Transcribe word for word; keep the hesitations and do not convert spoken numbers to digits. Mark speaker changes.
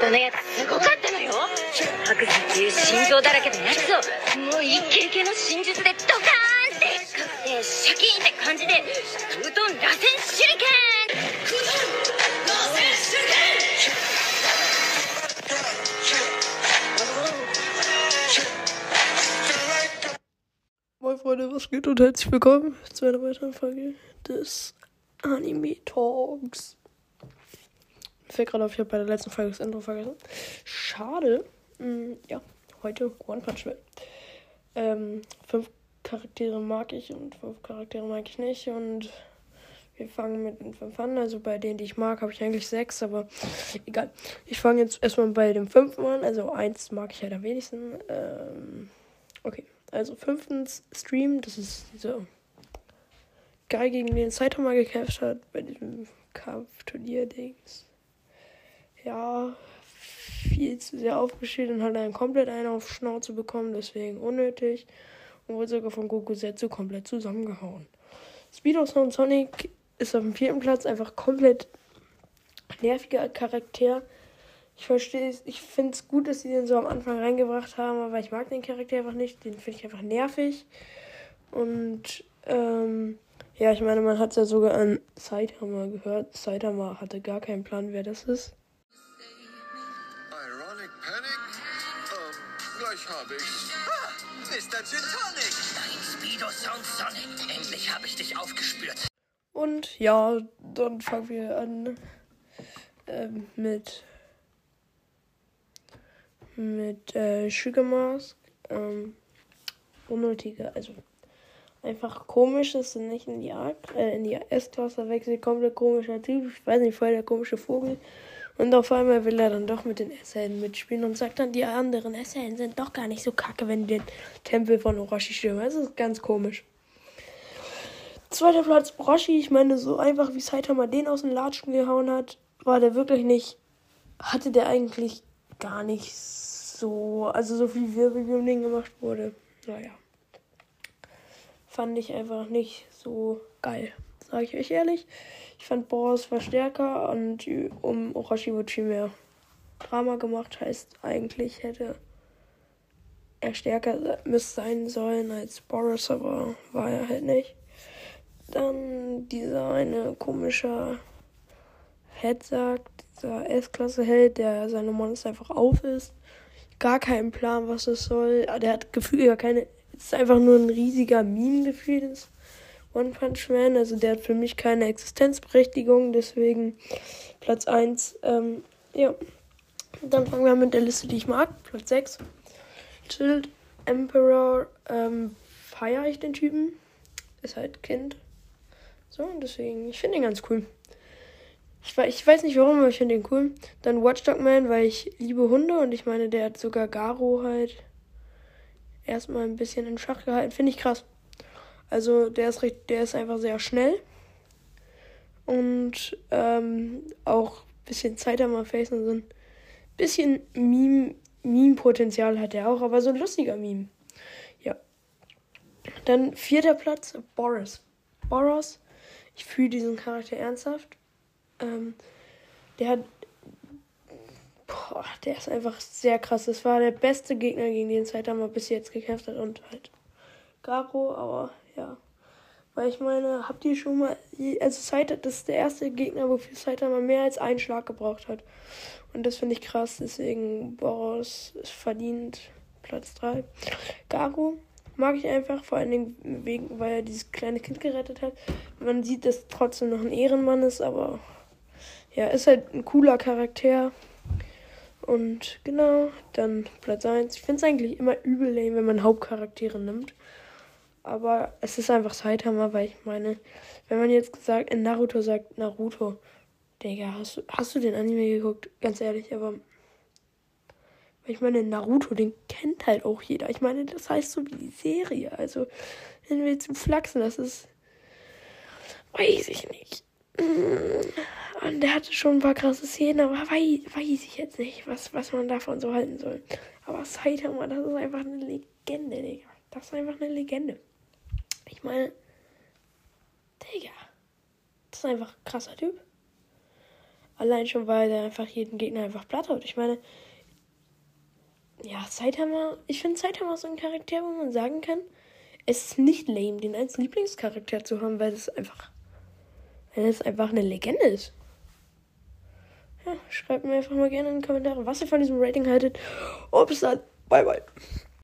Speaker 1: そのやつすごかったのよ。白山っていう心臓だらけのやつをもうイケイケの真術でドカーンってかってシャキーンって感じでうどん螺旋手裏剣。螺旋手裏剣。
Speaker 2: Moin Freunde, was geht und herzlich willkommen zu einer weiteren Folge des Anime Talks. Mir fällt gerade auf, ich habe bei der letzten Folge das Intro vergessen. Schade. Hm, ja, heute One Punch Man. Ähm, fünf Charaktere mag ich und fünf Charaktere mag ich nicht. Und wir fangen mit den fünf an. Also bei denen, die ich mag, habe ich eigentlich sechs, aber egal. Ich fange jetzt erstmal bei dem fünften an. Also eins mag ich halt am wenigsten. Ähm, okay. Also fünftens Stream, das ist dieser Guy, gegen den Saitama gekämpft hat bei diesem Kampfturnier-Dings. Ja, viel zu sehr aufgeschrieben und hat dann komplett einen auf Schnauze bekommen, deswegen unnötig. Und wurde sogar von Goku Setsu komplett zusammengehauen. Speedo-Sound Sonic ist auf dem vierten Platz einfach komplett nerviger Charakter. Ich verstehe es, ich finde es gut, dass sie den so am Anfang reingebracht haben, aber ich mag den Charakter einfach nicht. Den finde ich einfach nervig. Und, ähm, ja, ich meine, man hat es ja sogar an Saitama gehört. Saitama hatte gar keinen Plan, wer das ist.
Speaker 3: Ironic Panic? Ähm, gleich habe ich's. Ah, Mister Gin Tonic!
Speaker 4: Dein Speedo-Sound Sonic. Endlich habe ich dich aufgespürt.
Speaker 2: Und, ja, dann fangen wir an, ähm, mit... mit äh, Sugar Mask, ähm, unnötige, also einfach komisches, nicht in die A, äh, in die S-Klasse wechselt, komplett komischer Typ, ich weiß nicht, voll der komische Vogel. Und auf einmal will er dann doch mit den S-Helden mitspielen und sagt dann, die anderen S-Helden sind doch gar nicht so kacke, wenn die den Tempel von Orochi stürmen. Das ist ganz komisch. Zweiter Platz, Orochi, ich meine, so einfach wie Saitama den aus den Latschen gehauen hat, war der wirklich nicht, hatte der eigentlich gar nicht so, also so viel Wirbel wie um den gemacht wurde. Naja. Fand ich einfach nicht so geil. Sage ich euch ehrlich. Ich fand Boros war stärker und um Orochi wird viel mehr Drama gemacht. Heißt, eigentlich hätte er stärker müsste sein sollen als Boros, aber war er halt nicht. Dann dieser eine komische Head sagt, dieser S-Klasse-Held, der seine Monster einfach auf ist. Gar keinen Plan, was das soll. Der hat gefühlt gar keine. Es ist einfach nur ein riesiger Meme gefühlt, das One Punch Man. Also der hat für mich keine Existenzberechtigung. Deswegen Platz eins. Ähm, ja. Dann fangen wir mit der Liste, die ich mag. Platz sechs. Chilled Emperor. Ähm, feiere ich den Typen. Ist halt Kind. So, und deswegen, ich finde ihn ganz cool. Ich weiß, ich weiß nicht warum, aber ich finde den cool. Dann Watchdog Man, weil ich liebe Hunde und ich meine, der hat sogar Garo halt erstmal ein bisschen in Schach gehalten. Finde ich krass. Also der ist recht, der ist einfach sehr schnell. Und ähm, auch ein bisschen Zeit am Face und so ein bisschen Meme, Meme-Potenzial hat er auch, aber so ein lustiger Meme. Ja. Dann vierter Platz, Boros. Boros, ich fühle diesen Charakter ernsthaft. Ähm, der hat, boah, der ist einfach sehr krass. Das war der beste Gegner, gegen den Saitama bis jetzt gekämpft hat und halt Garo, aber ja. Weil ich meine, habt ihr schon mal, also Saitama, das ist der erste Gegner, wofür Saitama mehr als einen Schlag gebraucht hat. Und das finde ich krass, deswegen Boros ist verdient Platz drei. Garo mag ich einfach, vor allen Dingen wegen, weil er dieses kleine Kind gerettet hat. Man sieht, dass trotzdem noch ein Ehrenmann ist, aber ja, ist halt ein cooler Charakter. Und genau, dann Platz eins. Ich finde es eigentlich immer übel lame, wenn man Hauptcharaktere nimmt. Aber es ist einfach Saitama, weil ich meine, wenn man jetzt gesagt in Naruto sagt, Naruto, Digga, hast du, hast du den Anime geguckt? Ganz ehrlich, aber ich meine, Naruto, den kennt halt auch jeder. Ich meine, das heißt so wie die Serie. Also, wenn wir jetzt flachsen, das ist, weiß ich nicht. Und der hatte schon ein paar krasse Szenen, aber weiß, weiß ich jetzt nicht, was, was man davon so halten soll. Aber Saitama, das ist einfach eine Legende, Digga. Das ist einfach eine Legende. Ich meine, Digga, das ist einfach ein krasser Typ. Allein schon, weil er einfach jeden Gegner einfach platt haut. Ich meine, ja, Saitama, ich finde Saitama so ein Charakter, wo man sagen kann, es ist nicht lame, den als Lieblingscharakter zu haben, weil es einfach, weil es einfach eine Legende ist. Ja, schreibt mir einfach mal gerne in die Kommentare, was ihr von diesem Rating haltet. Und bis dann. Bye, bye.